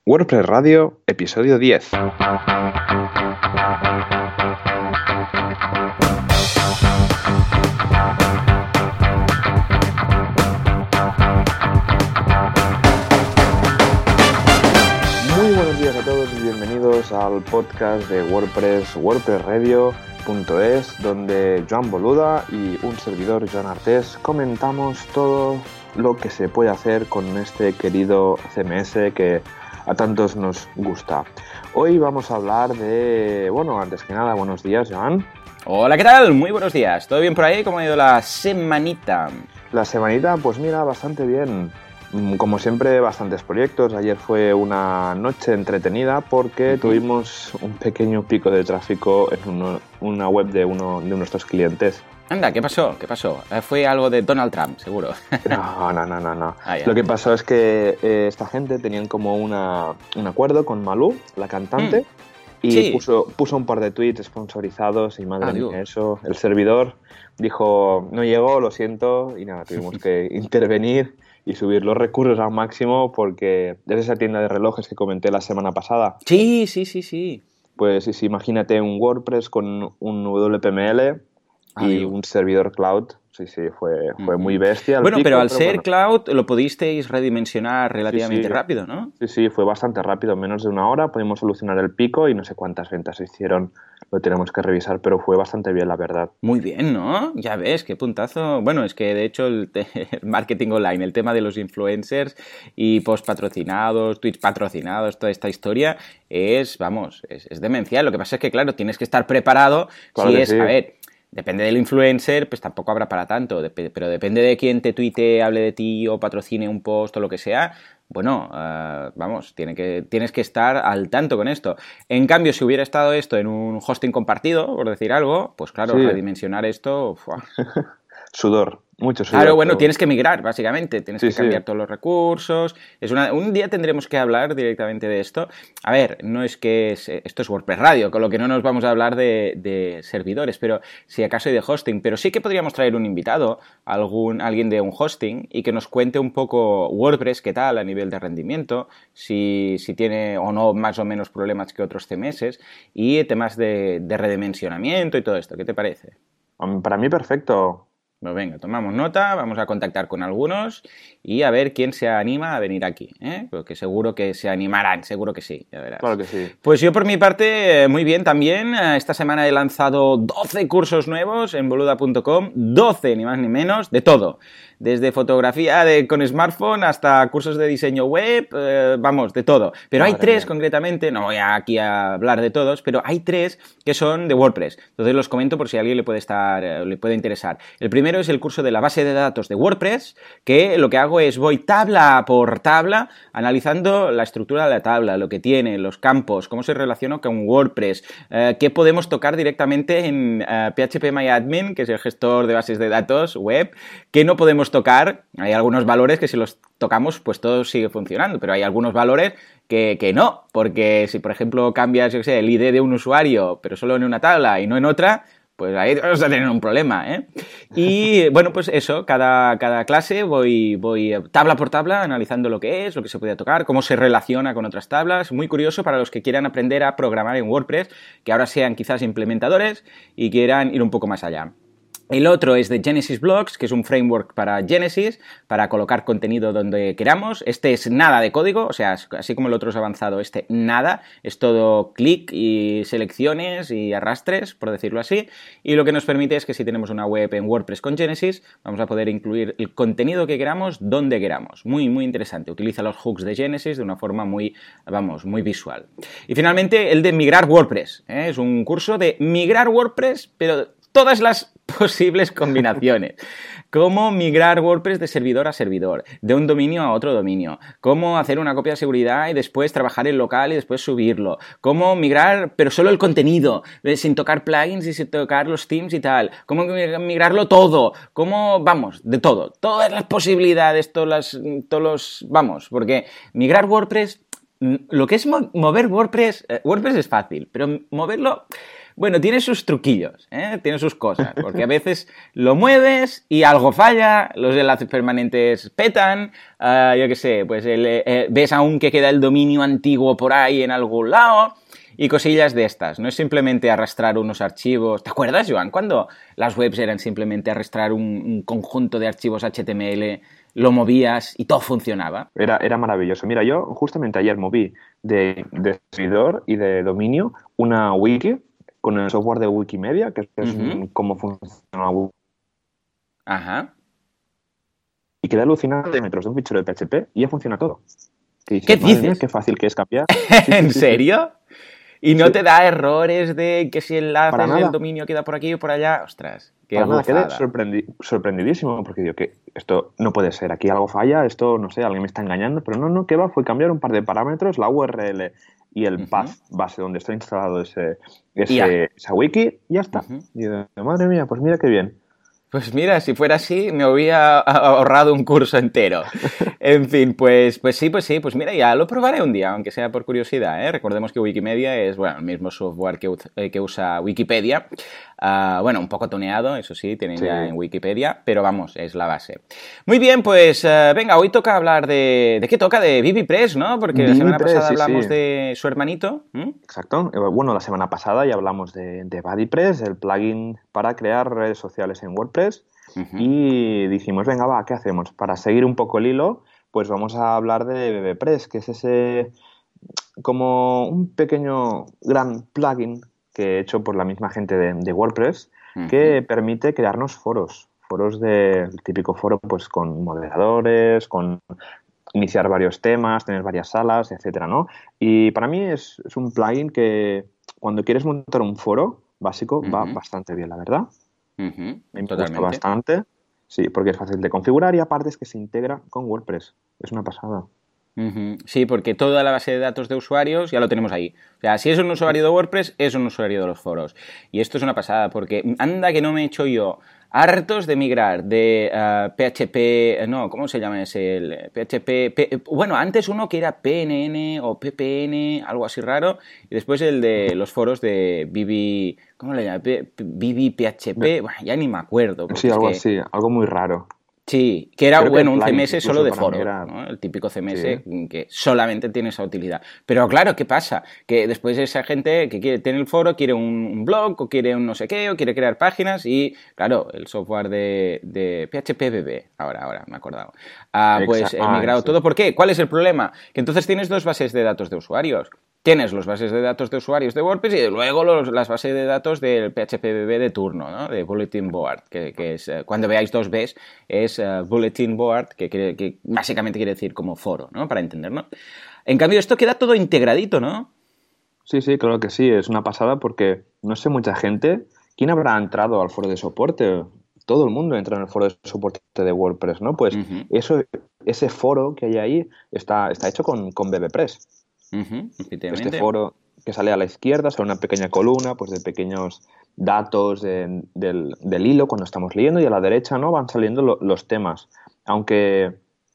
WordPress Radio, episodio 10. Muy buenos días a todos y bienvenidos al podcast de WordPress, WordPressRadio.es, donde Joan Boluda y un servidor, Joan Artés, comentamos todo lo que se puede hacer con este querido CMS que a tantos nos gusta. Hoy vamos a hablar de... Bueno, antes que nada, buenos días, Joan. Hola, ¿qué tal? Muy buenos días. ¿Todo bien por ahí? ¿Cómo ha ido la semanita? La semanita, pues mira, bastante bien. Como siempre, bastantes proyectos. Ayer fue una noche entretenida porque tuvimos un pequeño pico de tráfico en una web de uno de nuestros clientes. Anda, ¿qué pasó? ¿Qué pasó? Fue algo de Donald Trump, seguro. No. Lo que pasó es que esta gente tenían como un acuerdo con Malú, la cantante, y sí. puso un par de tweets sponsorizados y madre mía, eso. El servidor dijo, no llegó, lo siento, y nada, tuvimos que intervenir y subir los recursos al máximo porque es esa tienda de relojes que comenté la semana pasada. Sí. Pues sí, imagínate un WordPress con un WPML y un servidor cloud. Sí, fue muy bestia. Bueno, pero al ser cloud lo pudisteis redimensionar relativamente rápido, ¿no? Sí, fue bastante rápido. En menos de una hora pudimos solucionar el pico y no sé cuántas ventas se hicieron. Lo tenemos que revisar, pero fue bastante bien, la verdad. Muy bien, ¿no? Ya ves, qué puntazo. Bueno, es que de hecho el marketing online, el tema de los influencers y post patrocinados, tweets patrocinados, toda esta historia es demencial. Lo que pasa es que, claro, tienes que estar preparado. Claro que sí. A ver, depende del influencer, pues tampoco habrá para tanto, pero depende de quién te tuite, hable de ti o patrocine un post o lo que sea. Bueno, tienes que estar al tanto con esto. En cambio, si hubiera estado esto en un hosting compartido, por decir algo, pues claro, redimensionar esto... Sudor, mucho sudor. Claro, bueno, tienes que migrar, básicamente. Tienes que cambiar todos los recursos. Un día tendremos que hablar directamente de esto. A ver, no es que... Esto es WordPress Radio, con lo que no nos vamos a hablar de servidores, pero si acaso hay de hosting. Pero sí que podríamos traer un invitado, alguien de un hosting, y que nos cuente un poco WordPress, qué tal a nivel de rendimiento, si tiene o no más o menos problemas que otros CMS, y temas de redimensionamiento y todo esto. ¿Qué te parece? Para mí, perfecto. Pues venga, tomamos nota, vamos a contactar con algunos y a ver quién se anima a venir aquí, ¿eh? Porque seguro que se animarán, seguro que sí, ya verás. Claro que sí. Pues yo por mi parte, muy bien también. Esta semana he lanzado 12 cursos nuevos en boluda.com, 12 ni más ni menos, de todo. Desde fotografía con smartphone hasta cursos de diseño web, de todo. Pero hay tres concretamente, no voy aquí a hablar de todos, pero hay tres que son de WordPress. Entonces los comento por si a alguien le puede interesar. El primero es el curso de la base de datos de WordPress, que lo que hago es voy tabla por tabla analizando la estructura de la tabla, lo que tiene, los campos, cómo se relaciona con WordPress, qué podemos tocar directamente en PHPMyAdmin, que es el gestor de bases de datos web, que no podemos tocar. Hay algunos valores que si los tocamos pues todo sigue funcionando, pero hay algunos valores que no, porque si por ejemplo cambias el ID de un usuario pero solo en una tabla y no en otra, pues ahí vamos a tener un problema, ¿eh? Y bueno, pues eso, cada clase voy tabla por tabla analizando lo que se puede tocar, cómo se relaciona con otras tablas. Muy curioso para los que quieran aprender a programar en WordPress, que ahora sean quizás implementadores y quieran ir un poco más allá. El otro es de Genesis Blocks, que es un framework para Genesis, para colocar contenido donde queramos. Este es nada de código, o sea, así como el otro es avanzado, este nada, es todo clic y selecciones y arrastres, por decirlo así. Y lo que nos permite es que si tenemos una web en WordPress con Genesis, vamos a poder incluir el contenido que queramos donde queramos. Muy, muy interesante. Utiliza los hooks de Genesis de una forma muy visual. Y finalmente, el de migrar WordPress, ¿eh? Es un curso de migrar WordPress, pero todas las posibles combinaciones. Cómo migrar WordPress de servidor a servidor, de un dominio a otro dominio. Cómo hacer una copia de seguridad y después trabajar en local y después subirlo. Cómo migrar, pero solo el contenido, sin tocar plugins y sin tocar los themes y tal. Cómo migrarlo todo. Cómo, de todo. Todas las posibilidades, porque migrar WordPress, lo que es mover WordPress, WordPress es fácil, pero moverlo... Bueno, tiene sus truquillos, tiene sus cosas, porque a veces lo mueves y algo falla, los enlaces permanentes petan, yo qué sé, pues ves aún que queda el dominio antiguo por ahí en algún lado y cosillas de estas. No es simplemente arrastrar unos archivos. ¿Te acuerdas, Joan, cuando las webs eran simplemente arrastrar un conjunto de archivos HTML, lo movías y todo funcionaba? Era maravilloso. Mira, yo justamente ayer moví de servidor y de dominio una wiki con el software de Wikimedia, que es cómo funciona la wiki. Ajá. Y quedé alucinado de metros de un fichero de PHP y ya funciona todo. ¿Qué dices? Qué fácil que es cambiar. ¿En serio? ¿Y no te da errores de que si el enlace del dominio queda por aquí o por allá? Ostras, qué gozada. Quedé sorprendidísimo porque digo que esto no puede ser, aquí algo falla, esto no sé, alguien me está engañando, pero no, ¿qué va? Fue cambiar un par de parámetros, la URL y el path base donde está instalado esa wiki y ya está. Y digo, madre mía, pues mira qué bien. Pues mira, si fuera así, me hubiera ahorrado un curso entero. En fin, pues sí, pues mira, ya lo probaré un día, aunque sea por curiosidad, ¿eh? Recordemos que Wikimedia es, bueno, el mismo software que usa Wikipedia. Bueno, un poco tuneado, eso sí, tienen ya en Wikipedia, pero vamos, es la base. Muy bien, pues venga, hoy toca hablar ¿de qué toca? De BBPress, ¿no? Porque la semana pasada hablamos de su hermanito. Exacto. Bueno, la semana pasada ya hablamos de BuddyPress, el plugin para crear redes sociales en WordPress. Y dijimos, venga, va, ¿qué hacemos? Para seguir un poco el hilo, pues vamos a hablar de BBPress, que es ese como un pequeño gran plugin que he hecho por la misma gente de WordPress, que permite crearnos foros del típico foro pues con moderadores, con iniciar varios temas, tener varias salas, etcétera, ¿no? Y para mí es un plugin que cuando quieres montar un foro básico va bastante bien, la verdad. Me gusta bastante, sí, porque es fácil de configurar y aparte es que se integra con WordPress, es una pasada. Sí, porque toda la base de datos de usuarios ya lo tenemos ahí. O sea, si es un usuario de WordPress, es un usuario de los foros. Y esto es una pasada, porque anda que no me he hecho yo hartos de migrar de PHP, no, ¿cómo se llama ese? El PHP, bueno, antes uno que era PNN o PPN, algo así raro, y después el de los foros de BB, ¿cómo le llaman? BBPHP, bueno, ya ni me acuerdo. Sí, algo así, algo muy raro. Sí, que era, bueno, un CMS solo de foro, ¿no? El típico CMS que solamente tiene esa utilidad. Pero claro, ¿qué pasa? Que después esa gente que quiere tener el foro quiere un blog o quiere un no sé qué o quiere crear páginas y, claro, el software de PHPBB, ahora me he acordado, pues he migrado todo. ¿Por qué? ¿Cuál es el problema? Que entonces tienes dos bases de datos de usuarios. Tienes las bases de datos de usuarios de WordPress y luego las bases de datos del PHPBB de turno, ¿no? De Bulletin Board, que es, cuando veáis dos Bs, es Bulletin Board, que básicamente quiere decir como foro, ¿no? Para entendernos. En cambio, esto queda todo integradito, ¿no? Sí, claro que sí, es una pasada porque no sé mucha gente, ¿quién habrá entrado al foro de soporte? Todo el mundo entra en el foro de soporte de WordPress, ¿no? Pues ese foro que hay ahí está hecho con BBPress. Este foro que sale a la izquierda sale una pequeña columna pues de pequeños datos del hilo cuando estamos leyendo y a la derecha no van saliendo los temas, aunque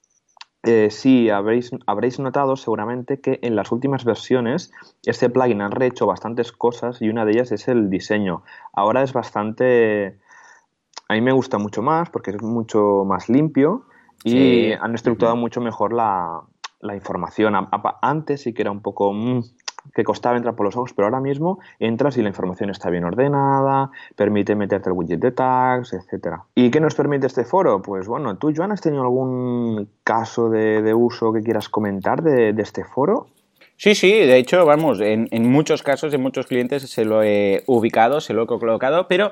sí habréis notado seguramente que en las últimas versiones este plugin ha rehecho bastantes cosas y una de ellas es el diseño. Ahora es bastante, a mí me gusta mucho más porque es mucho más limpio y han estructurado mucho mejor la información. Antes sí que era un poco que costaba entrar por los ojos, pero ahora mismo entras y la información está bien ordenada, permite meterte el widget de tags, etcétera. ¿Y qué nos permite este foro? Pues bueno, ¿tú, Joan, has tenido algún caso de uso que quieras comentar de este foro? Sí, de hecho, vamos, en muchos casos, en muchos clientes se lo he ubicado, se lo he colocado, pero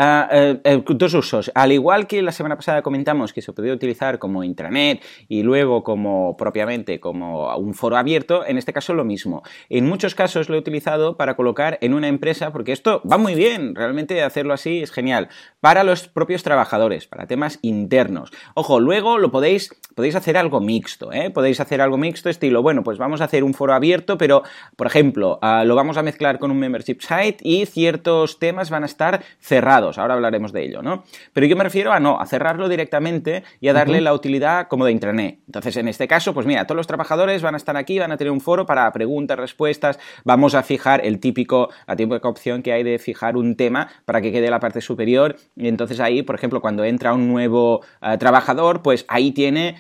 dos usos. Al igual que la semana pasada comentamos que se podía utilizar como intranet y luego como propiamente como un foro abierto, en este caso lo mismo. En muchos casos lo he utilizado para colocar en una empresa, porque esto va muy bien, realmente hacerlo así es genial, para los propios trabajadores, para temas internos. Ojo, luego lo podéis hacer algo mixto, ¿eh? Podéis hacer algo mixto estilo, bueno, pues vamos a hacer un foro abierto abierto, pero, por ejemplo, lo vamos a mezclar con un membership site y ciertos temas van a estar cerrados. Ahora hablaremos de ello, ¿no? Pero yo me refiero a cerrarlo directamente y a darle la utilidad como de intranet. Entonces, en este caso, pues mira, todos los trabajadores van a estar aquí, van a tener un foro para preguntas, respuestas, vamos a fijar la típica opción que hay de fijar un tema para que quede la parte superior, y entonces ahí, por ejemplo, cuando entra un nuevo trabajador, pues ahí tiene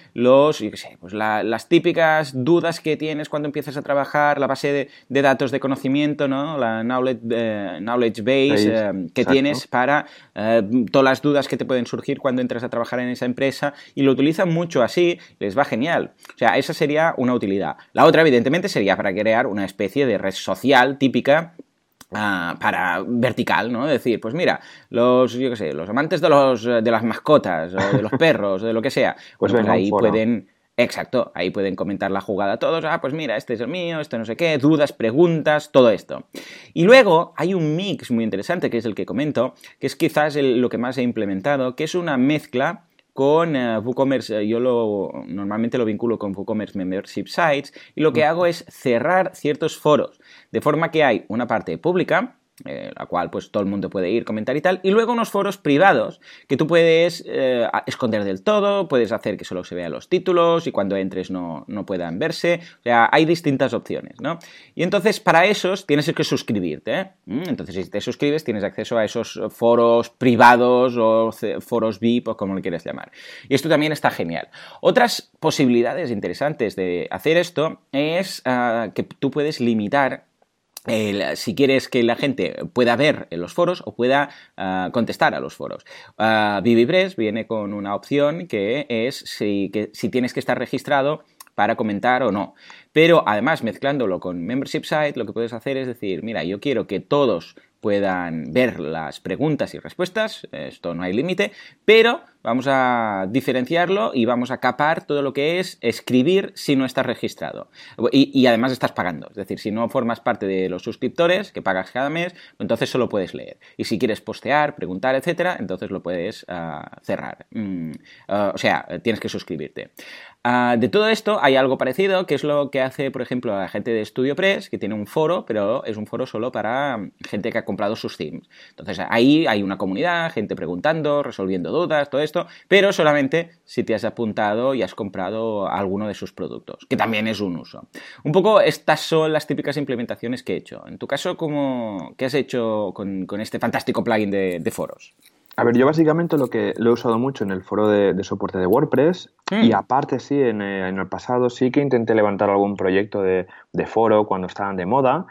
las típicas dudas que tienes cuando empiezas a trabajar, la base de datos de conocimiento, ¿no? La knowledge base que tienes para todas las dudas que te pueden surgir cuando entras a trabajar en esa empresa, y lo utilizan mucho así, les va genial. O sea, esa sería una utilidad. La otra, evidentemente, sería para crear una especie de red social típica para vertical, ¿no? Es decir, pues mira, los amantes de las mascotas, o de los perros, o de lo que sea, pues ahí pueden... Exacto, ahí pueden comentar la jugada todos, pues mira, este es el mío, este no sé qué, dudas, preguntas, todo esto. Y luego hay un mix muy interesante, que es el que comento, que es quizás lo que más he implementado, que es una mezcla con WooCommerce. Yo normalmente lo vinculo con WooCommerce Membership Sites, y lo que hago es cerrar ciertos foros, de forma que hay una parte pública, la cual pues todo el mundo puede ir, comentar y tal, y luego unos foros privados que tú puedes esconder del todo, puedes hacer que solo se vean los títulos y cuando entres no puedan verse. O sea, hay distintas opciones, ¿no? Y entonces para esos tienes que suscribirte, ¿eh? Entonces si te suscribes tienes acceso a esos foros privados o foros VIP o como le quieras llamar. Y esto también está genial. Otras posibilidades interesantes de hacer esto es que tú puedes limitar si quieres que la gente pueda ver en los foros o pueda contestar a los foros. ViviPress viene con una opción que es si tienes que estar registrado para comentar o no. Pero además, mezclándolo con Membership Site, lo que puedes hacer es decir, mira, yo quiero que todos puedan ver las preguntas y respuestas, esto no hay límite, pero vamos a diferenciarlo y vamos a capar todo lo que es escribir si no estás registrado. Y además estás pagando, es decir, si no formas parte de los suscriptores que pagas cada mes, entonces solo puedes leer. Y si quieres postear, preguntar, etcétera, entonces lo puedes cerrar. O sea, tienes que suscribirte. De todo esto hay algo parecido, que es lo que hace, por ejemplo, la gente de StudioPress, que tiene un foro, pero es un foro solo para gente que ha comprado sus themes. Entonces ahí hay una comunidad, gente preguntando, resolviendo dudas, todo esto, pero solamente si te has apuntado y has comprado alguno de sus productos, que también es un uso. Un poco estas son las típicas implementaciones que he hecho. En tu caso, ¿qué has hecho con este fantástico plugin de foros? A ver, yo básicamente lo he usado mucho en el foro de soporte de WordPress y aparte sí, en el pasado sí que intenté levantar algún proyecto de foro cuando estaban de moda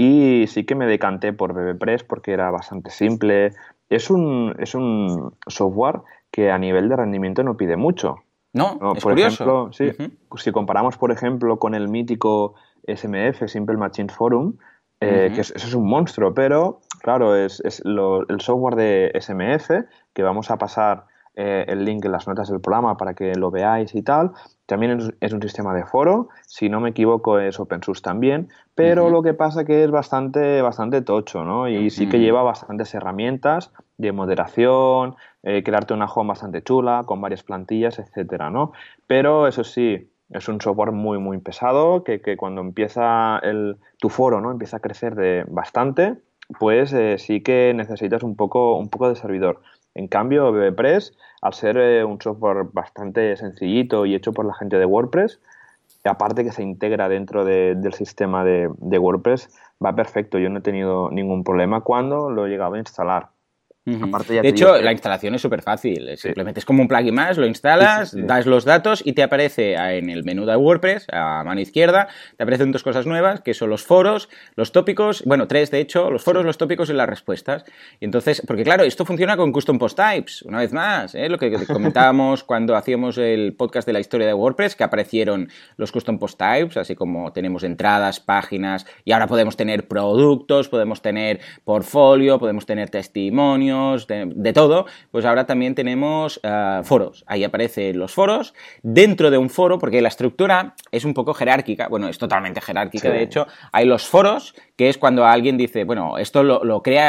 y sí que me decanté por VBPress porque era bastante simple. Es un software que a nivel de rendimiento no pide mucho. No, es por curioso. Ejemplo, sí, si comparamos, por ejemplo, con el mítico SMF, Simple Machines Forum, que eso es un monstruo, pero claro, el software de SMF, que vamos a pasar el link en las notas del programa para que lo veáis y tal, también es un sistema de foro, si no me equivoco es open source también, pero lo que pasa que es bastante tocho, ¿no? Y sí que lleva bastantes herramientas de moderación, crearte una home bastante chula, con varias plantillas, etcétera, ¿no? Pero eso sí, es un software muy, muy pesado que cuando empieza tu foro, ¿no? Empieza a crecer bastante, pues sí que necesitas un poco de servidor. En cambio, VBPress, al ser un software bastante sencillito y hecho por la gente de WordPress, aparte que se integra dentro del sistema de WordPress, va perfecto. Yo no he tenido ningún problema cuando lo he llegado a instalar. Aparte, de hecho, la instalación es súper fácil. Simplemente es como un plugin más, lo instalas, das los datos y te aparece en el menú de WordPress, a mano izquierda, te aparecen dos cosas nuevas, que son los foros, los tópicos, bueno, tres de hecho, los foros, los tópicos y las respuestas. Y entonces, porque claro, esto funciona con Custom Post Types, una vez más, lo que comentábamos cuando hacíamos el podcast de la historia de WordPress, que aparecieron los Custom Post Types, así como tenemos entradas, páginas, y ahora podemos tener productos, podemos tener portfolio, podemos tener testimonios, de todo, pues ahora también tenemos foros. Ahí aparecen los foros. Dentro de un foro, porque la estructura es un poco jerárquica, bueno, es totalmente jerárquica, de hecho, hay los foros, que es cuando alguien dice, bueno, esto lo crea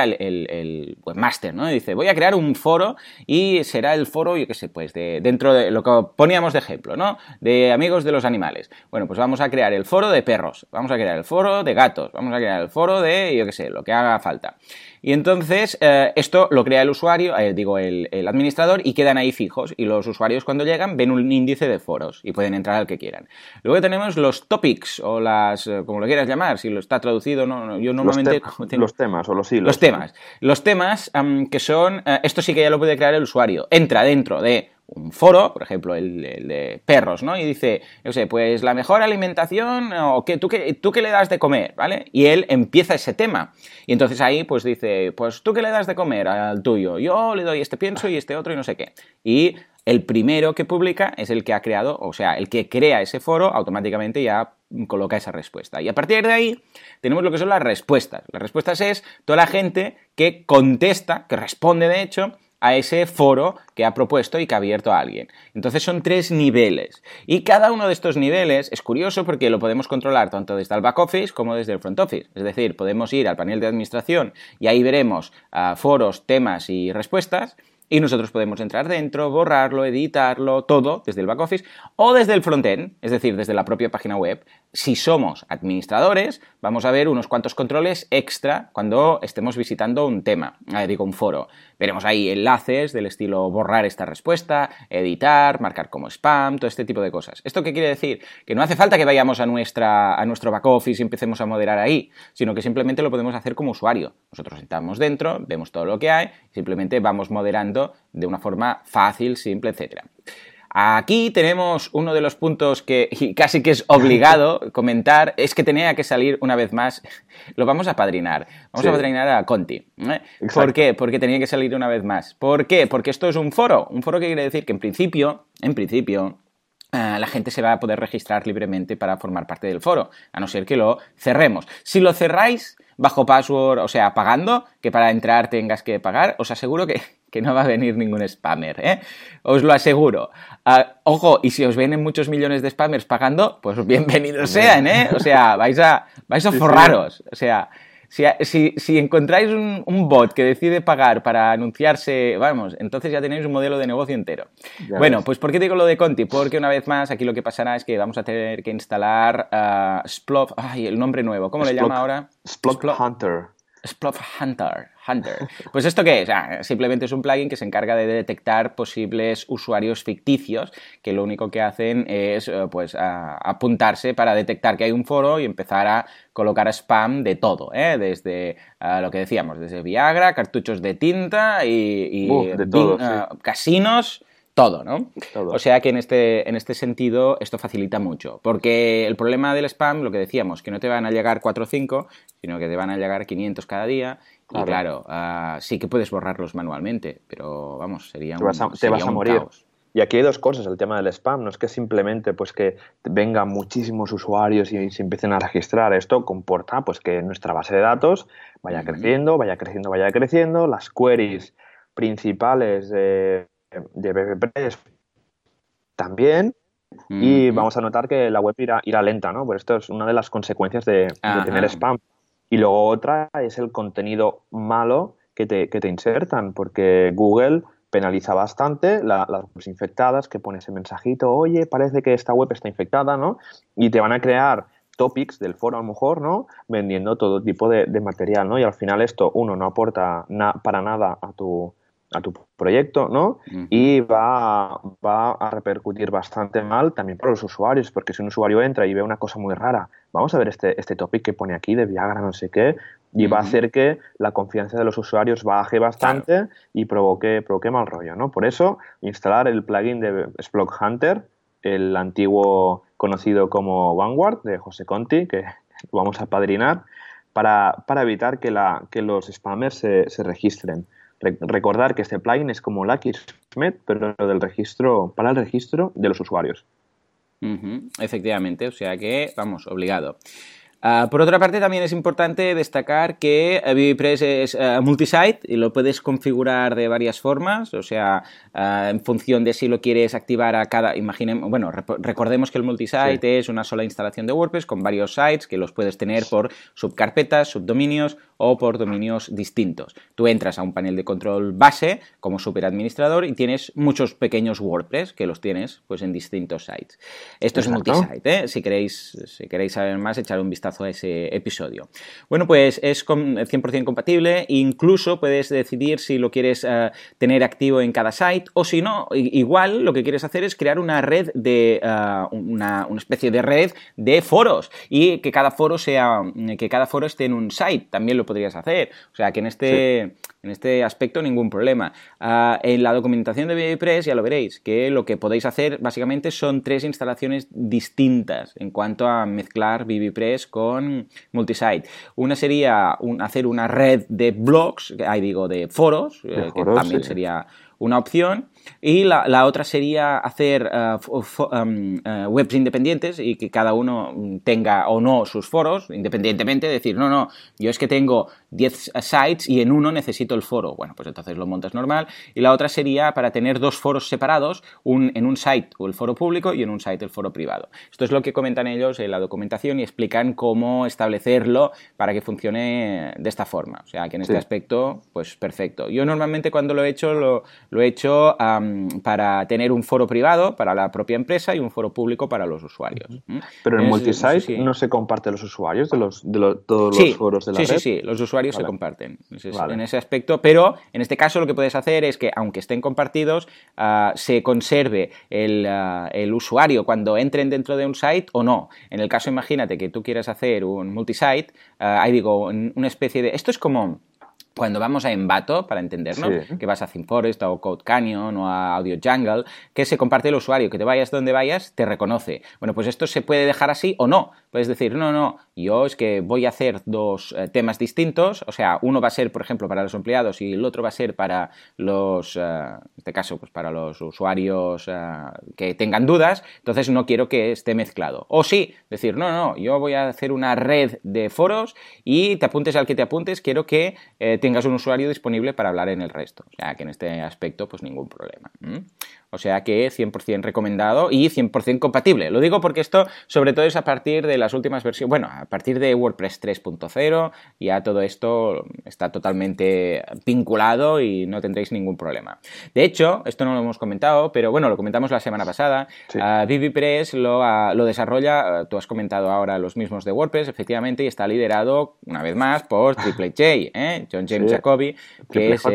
el webmaster, ¿no? Dice, voy a crear un foro y será el foro, yo qué sé, pues dentro de lo que poníamos de ejemplo, ¿no? De amigos de los animales. Bueno, pues vamos a crear el foro de perros, vamos a crear el foro de gatos, vamos a crear el foro de, yo qué sé, lo que haga falta. Y entonces esto lo crea el usuario, el administrador, y quedan ahí fijos. Y los usuarios cuando llegan ven un índice de foros y pueden entrar al que quieran. Luego tenemos los topics o las, como lo quieras llamar, si lo está traducido, no, yo normalmente... Los temas o los hilos. Los temas que son, esto sí que ya lo puede crear el usuario. Entra dentro de un foro, por ejemplo, el de perros, ¿no? Y dice, yo sé, pues la mejor alimentación, o ¿tú qué le das de comer? ¿Vale? Y él empieza ese tema. Y entonces ahí, pues dice, pues ¿tú qué le das de comer al tuyo? Yo le doy este pienso y este otro y no sé qué. Y el primero que publica es el que ha creado, o sea, el que crea ese foro, automáticamente ya coloca esa respuesta. Y a partir de ahí tenemos lo que son las respuestas. Las respuestas es toda la gente que contesta, que responde de hecho, a ese foro que ha propuesto y que ha abierto a alguien. Entonces son 3 niveles. Y cada uno de estos niveles es curioso porque lo podemos controlar tanto desde el back office como desde el front office. Es decir, podemos ir al panel de administración y ahí veremos foros, temas y respuestas. Y nosotros podemos entrar dentro, borrarlo, editarlo, todo desde el back office o desde el frontend, es decir, desde la propia página web. Si somos administradores, vamos a ver unos cuantos controles extra cuando estemos visitando un tema, un foro. Veremos ahí enlaces del estilo borrar esta respuesta, editar, marcar como spam, todo este tipo de cosas. ¿Esto qué quiere decir? Que no hace falta que vayamos a nuestro back office y empecemos a moderar ahí, sino que simplemente lo podemos hacer como usuario. Nosotros entramos dentro, vemos todo lo que hay, simplemente vamos moderando de una forma fácil, simple, etc. Aquí tenemos uno de los puntos que casi que es obligado comentar, es que tenía que salir una vez más, lo vamos a padrinar, vamos a padrinar a Conti. ¿Por qué? Porque tenía que salir una vez más. ¿Por qué? Porque esto es un foro que quiere decir que en principio, la gente se va a poder registrar libremente para formar parte del foro, a no ser que lo cerremos. Si lo cerráis bajo password, o sea, pagando, que para entrar tengas que pagar, os aseguro que no va a venir ningún spammer, ¿eh? Os lo aseguro. Ojo, y si os vienen muchos millones de spammers pagando, pues bienvenidos sean, ¿eh? O sea, vais a forraros. O sea, si encontráis un bot que decide pagar para anunciarse, vamos, entonces ya tenéis un modelo de negocio entero. Bueno, pues ¿por qué digo lo de Conti? Porque una vez más aquí lo que pasará es que vamos a tener que instalar Splunk, el nombre nuevo, ¿cómo le llama ahora? Splunk Hunter. Splunk Hunter. Pues ¿esto qué es? Simplemente es un plugin que se encarga de detectar posibles usuarios ficticios que lo único que hacen es apuntarse para detectar que hay un foro y empezar a colocar spam de todo, desde lo que decíamos, desde Viagra, cartuchos de tinta y de todo, casinos. Todo, ¿no? Todo. O sea que en este sentido esto facilita mucho. Porque el problema del spam, lo que decíamos, que no te van a llegar 4 o 5, sino que te van a llegar 500 cada día. Claro. Y claro, sí que puedes borrarlos manualmente, pero vamos, sería un morir. Caos. Y aquí hay 2 cosas, el tema del spam, no es que simplemente pues que vengan muchísimos usuarios y se empiecen a registrar. Esto comporta pues que nuestra base de datos vaya creciendo, las queries principales de BBPress también, y vamos a notar que la web irá lenta, ¿no? Pues esto es una de las consecuencias de tener spam. Y luego otra es el contenido malo que te insertan, porque Google penaliza bastante las webs infectadas, que pone ese mensajito, oye, parece que esta web está infectada, ¿no? Y te van a crear topics del foro a lo mejor, ¿no? Vendiendo todo tipo de material, ¿no? Y al final esto, no aporta para nada a tu proyecto, ¿no? Y va a repercutir bastante mal también para los usuarios, porque si un usuario entra y ve una cosa muy rara, vamos a ver este topic que pone aquí de Viagra, no sé qué, y va a hacer que la confianza de los usuarios baje bastante y provoque mal rollo, ¿no? Por eso, instalar el plugin de Splunk Hunter, el antiguo conocido como Vanguard, de José Conti, que lo vamos a padrinar, para evitar que los spammers se registren. Recordar que este plugin es como Lakismet, pero para el registro de los usuarios. Efectivamente, o sea que, vamos, obligado. Por otra parte, también es importante destacar que ViviPress es multisite y lo puedes configurar de varias formas, o sea, en función de si lo quieres activar a cada... recordemos que el multisite es una sola instalación de WordPress con varios sites que los puedes tener por subcarpetas, subdominios o por dominios distintos. Tú entras a un panel de control base como superadministrador y tienes muchos pequeños WordPress que los tienes pues en distintos sites. Esto es multisite, ¿eh? Si queréis saber más, echar un vistazo a ese episodio. Bueno, pues es 100% compatible, incluso puedes decidir si lo quieres tener activo en cada site o si no, igual lo que quieres hacer es crear una red de una especie de red de foros y que cada foro esté en un site, también lo podrías hacer, o sea que en este aspecto ningún problema. En la documentación de ViviPress ya lo veréis, que lo que podéis hacer básicamente son 3 instalaciones distintas en cuanto a mezclar ViviPress con multisite. Una sería hacer una red de blogs, de foros, que también sería una opción, y la otra sería hacer webs independientes y que cada uno tenga o no sus foros independientemente, decir, no, yo es que tengo 10 sites y en uno necesito el foro. Bueno, pues entonces lo montas normal. Y la otra sería para tener 2 foros separados, en un site o el foro público y en un site el foro privado. Esto es lo que comentan ellos en la documentación y explican cómo establecerlo para que funcione de esta forma. O sea, que en este aspecto, pues perfecto. Yo normalmente cuando lo he hecho, lo he hecho para tener un foro privado para la propia empresa y un foro público para los usuarios. Pero en multisite no se comparten los usuarios de todos los foros de la red. Sí, los usuarios se comparten en ese aspecto, pero en este caso lo que puedes hacer es que aunque estén compartidos, se conserve el usuario cuando entren dentro de un site o no. En el caso, imagínate que tú quieras hacer un multisite, una especie de... Esto es como... Cuando vamos a Envato, para entendernos, que vas a ThemeForest o Code Canyon o a Audio Jungle, que se comparte el usuario, que te vayas donde vayas, te reconoce. Bueno, pues esto se puede dejar así o no. Puedes decir, no, yo es que voy a hacer 2 temas distintos, o sea, uno va a ser, por ejemplo, para los empleados y el otro va a ser para los, en este caso, pues para los usuarios que tengan dudas, entonces no quiero que esté mezclado. O sí, decir, no, yo voy a hacer una red de foros y te apuntes al que te apuntes, quiero que tengas un usuario disponible para hablar en el resto. O sea, que en este aspecto, pues ningún problema. O sea que 100% recomendado y 100% compatible. Lo digo porque esto, sobre todo, es a partir de las últimas versiones. Bueno, a partir de WordPress 3.0, ya todo esto está totalmente vinculado y no tendréis ningún problema. De hecho, esto no lo hemos comentado, pero bueno, lo comentamos la semana pasada. ViviPress lo desarrolla, tú has comentado ahora los mismos de WordPress, efectivamente, y está liderado, una vez más, por Triple J, John James Jacoby, que es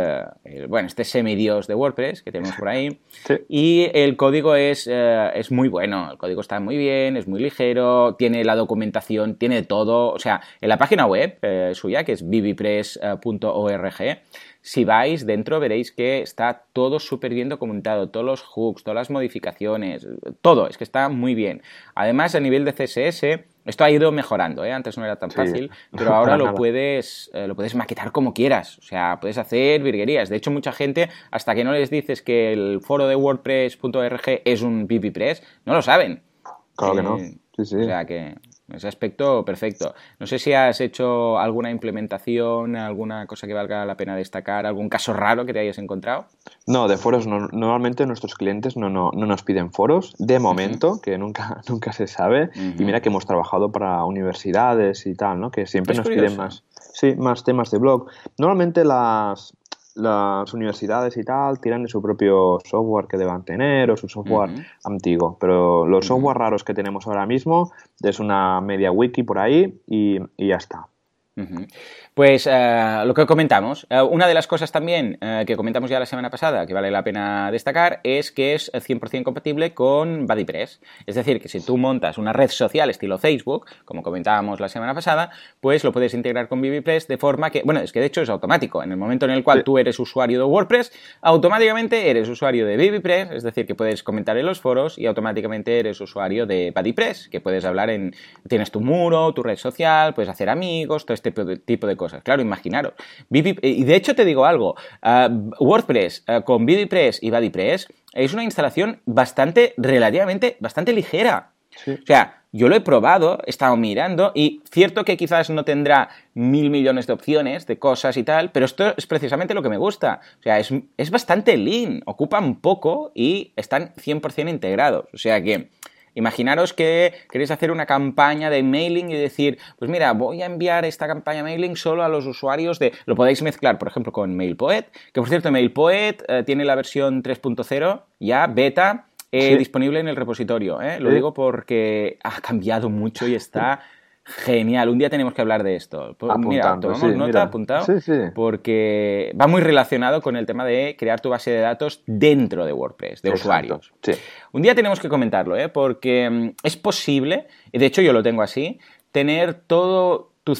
este semidios de WordPress que tenemos por ahí. Y el código es muy bueno, el código está muy bien, es muy ligero, tiene la documentación, tiene todo. O sea, en la página web suya, que es vivipress.org, si vais dentro veréis que está todo súper bien documentado, todos los hooks, todas las modificaciones, todo, es que está muy bien. Además, a nivel de CSS, esto ha ido mejorando, antes no era tan fácil, pero ahora lo puedes maquetar como quieras, o sea, puedes hacer virguerías. De hecho, mucha gente, hasta que no les dices que el foro de WordPress.org es un ViviPress, no lo saben. Claro que no, sí. O sea que... En ese aspecto, perfecto. No sé si has hecho alguna implementación, alguna cosa que valga la pena destacar, algún caso raro que te hayas encontrado. No, de foros no. Normalmente nuestros clientes no nos piden foros, de momento, que nunca se sabe. Y mira que hemos trabajado para universidades y tal, ¿no? Que siempre nos piden más temas de blog. Normalmente las universidades y tal tiran de su propio software que deban tener o su software antiguo, pero los software raros que tenemos ahora mismo es una media wiki por ahí y ya está. Pues lo que comentamos, una de las cosas también que comentamos ya la semana pasada que vale la pena destacar es que es 100% compatible con BuddyPress. Es decir, que si tú montas una red social estilo Facebook, como comentábamos la semana pasada, pues lo puedes integrar con ViviPress de forma que, bueno, es que de hecho es automático. En el momento en el cual tú eres usuario de WordPress, automáticamente eres usuario de ViviPress, es decir, que puedes comentar en los foros y automáticamente eres usuario de BuddyPress, que puedes hablar tienes tu muro, tu red social, puedes hacer amigos, todo este tipo de cosas. Claro, imaginaros. Y de hecho te digo algo, WordPress con ViviPress y BuddyPress es una instalación relativamente bastante ligera. Sí. O sea, yo lo he probado, he estado mirando y cierto que quizás no tendrá 1.000 millones de opciones de cosas y tal, pero esto es precisamente lo que me gusta. O sea, es bastante lean, ocupan poco y están 100% integrados. O sea que imaginaros que queréis hacer una campaña de mailing y decir, pues mira, voy a enviar esta campaña mailing solo a los usuarios de... Lo podéis mezclar, por ejemplo, con MailPoet, que por cierto, MailPoet tiene la versión 3.0 ya, beta, Sí. disponible en el repositorio. Lo Sí. digo porque ha cambiado mucho y está genial. Un día tenemos que hablar de esto. Mira, Apuntando, tomamos sí, nota, mira. apuntado, Sí, sí. porque va muy relacionado con el tema de crear tu base de datos dentro de WordPress, de Exacto, usuarios. sí. Un día tenemos que comentarlo, porque es posible, y de hecho yo lo tengo así, tener todo tu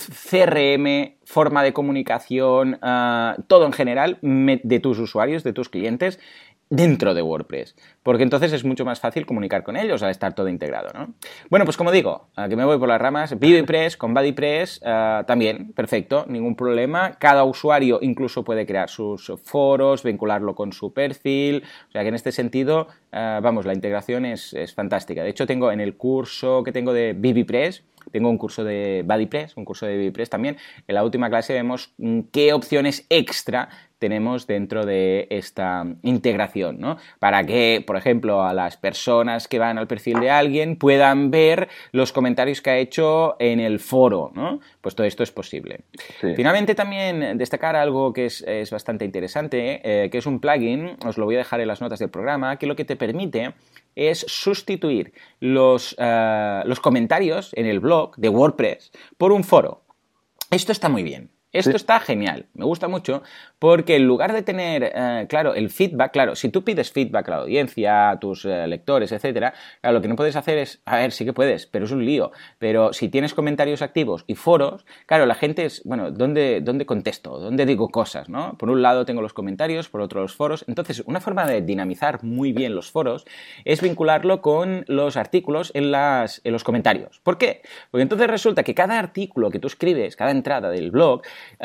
CRM, forma de comunicación, todo en general de tus usuarios, de tus clientes, dentro de WordPress, porque entonces es mucho más fácil comunicar con ellos al estar todo integrado, ¿no? Bueno, pues como digo, que me voy por las ramas, BuddyPress con BuddyPress también, perfecto, ningún problema. Cada usuario incluso puede crear sus foros, vincularlo con su perfil, o sea que en este sentido, vamos, la integración es fantástica. De hecho, tengo en el curso que tengo de BuddyPress, tengo un curso de BuddyPress, un curso de BuddyPress también. En la última clase vemos qué opciones extra tenemos dentro de esta integración, ¿no? Para que, por ejemplo, a las personas que van al perfil de alguien puedan ver los comentarios que ha hecho en el foro, ¿no? Pues todo esto es posible. Sí. Finalmente, también destacar algo que es bastante interesante, que es un plugin, os lo voy a dejar en las notas del programa, que lo que te permite es sustituir los comentarios en el blog de WordPress por un foro. Esto está muy bien. Esto está genial, me gusta mucho, porque en lugar de tener, claro, el feedback, claro, si tú pides feedback a la audiencia, a tus lectores, etcétera, claro, lo que no puedes hacer es, a ver, sí que puedes, pero es un lío. Pero si tienes comentarios activos y foros, claro, la gente es, bueno, ¿dónde contesto? ¿Dónde digo cosas, no? Por un lado tengo los comentarios, por otro los foros. Entonces, una forma de dinamizar muy bien los foros es vincularlo con los artículos en los comentarios. ¿Por qué? Porque entonces resulta que cada artículo que tú escribes, cada entrada del blog,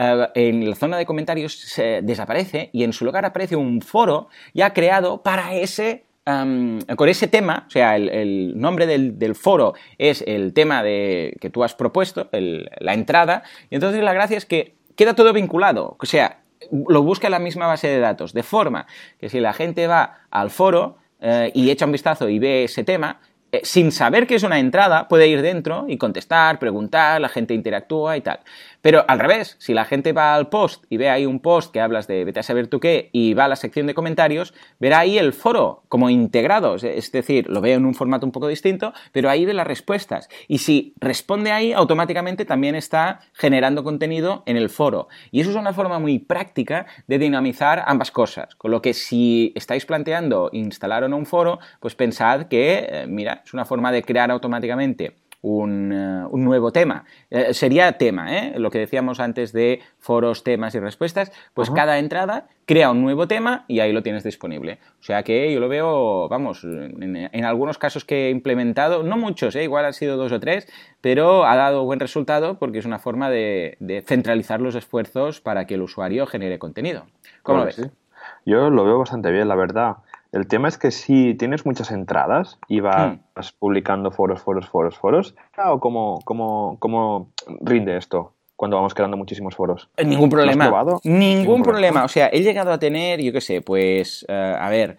en la zona de comentarios se desaparece y en su lugar aparece un foro ya creado para con ese tema, o sea, el nombre del foro es el tema que tú has propuesto, la entrada, y entonces la gracia es que queda todo vinculado, o sea, lo busca en la misma base de datos, de forma que si la gente va al foro y echa un vistazo y ve ese tema, sin saber que es una entrada, puede ir dentro y contestar, preguntar, la gente interactúa y tal. Pero al revés, si la gente va al post y ve ahí un post que hablas de vete a saber tú qué y va a la sección de comentarios, verá ahí el foro como integrado, es decir, lo ve en un formato un poco distinto, pero ahí ve las respuestas. Y si responde ahí, automáticamente también está generando contenido en el foro. Y eso es una forma muy práctica de dinamizar ambas cosas. Con lo que si estáis planteando instalar o no un foro, pues pensad que, mira, es una forma de crear automáticamente un nuevo tema. Sería tema, lo que decíamos antes de foros, temas y respuestas, pues cada entrada crea un nuevo tema y ahí lo tienes disponible. O sea que yo lo veo, vamos, en algunos casos que he implementado, no muchos, igual han sido 2 o 3, pero ha dado buen resultado porque es una forma de centralizar los esfuerzos para que el usuario genere contenido. ¿Cómo lo ves? Sí. Yo lo veo bastante bien, la verdad. El tema es que si tienes muchas entradas y vas publicando foros, ¿o cómo rinde esto cuando vamos creando muchísimos foros? Ningún problema. ¿Lo has probado? Ningún problema. O sea, he llegado a tener, yo qué sé, pues, a ver,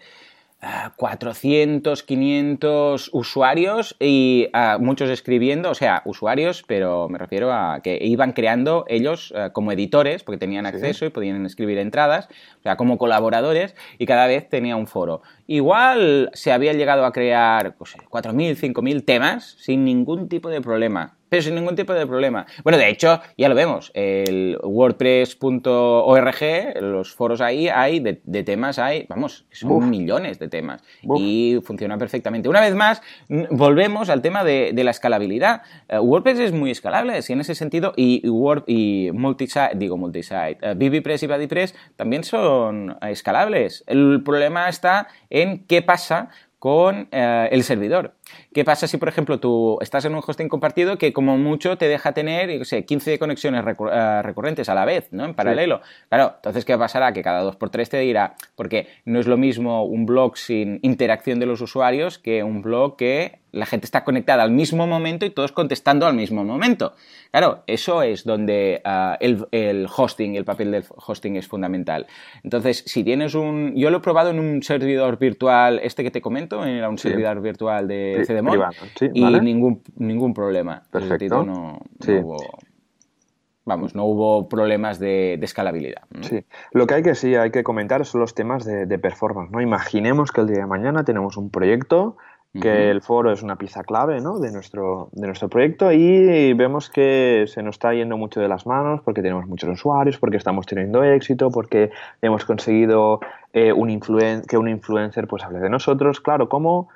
400, 500 usuarios y muchos escribiendo, o sea, usuarios, pero me refiero a que iban creando ellos como editores, porque tenían acceso y podían escribir entradas, o sea, como colaboradores, y cada vez tenía un foro. Igual se había llegado a crear, pues, 4.000, 5.000 temas sin ningún tipo de problema. Pero sin ningún tipo de problema. Bueno, de hecho, ya lo vemos. El WordPress.org, los foros ahí hay, de temas hay, vamos, son millones de temas. Y funciona perfectamente. Una vez más, volvemos al tema de la escalabilidad. WordPress es muy escalable, y en ese sentido, y multisite, BuddyPress y BuddyPress también son escalables. El problema está en qué pasa con el servidor. ¿Qué pasa si, por ejemplo, tú estás en un hosting compartido que como mucho te deja tener, yo sé, 15 conexiones recurrentes a la vez, ¿no? En paralelo. Sí. Claro, entonces, ¿qué pasará? Que cada 2x3 te dirá, porque no es lo mismo un blog sin interacción de los usuarios que un blog que la gente está conectada al mismo momento y todos contestando al mismo momento. Claro, eso es donde el hosting, el papel del hosting es fundamental. Entonces, si tienes yo lo he probado en un servidor virtual, este que te comento, era un servidor virtual de CDMON, y ¿vale? ningún problema. Perfecto. No hubo problemas de escalabilidad. Sí. Lo que hay que comentar son los temas de performance, ¿no? Imaginemos que el día de mañana tenemos un proyecto que el foro es una pieza clave, ¿no? de nuestro proyecto y vemos que se nos está yendo mucho de las manos porque tenemos muchos usuarios, porque estamos teniendo éxito, porque hemos conseguido que un influencer pues hable de nosotros. Claro, ¿cómo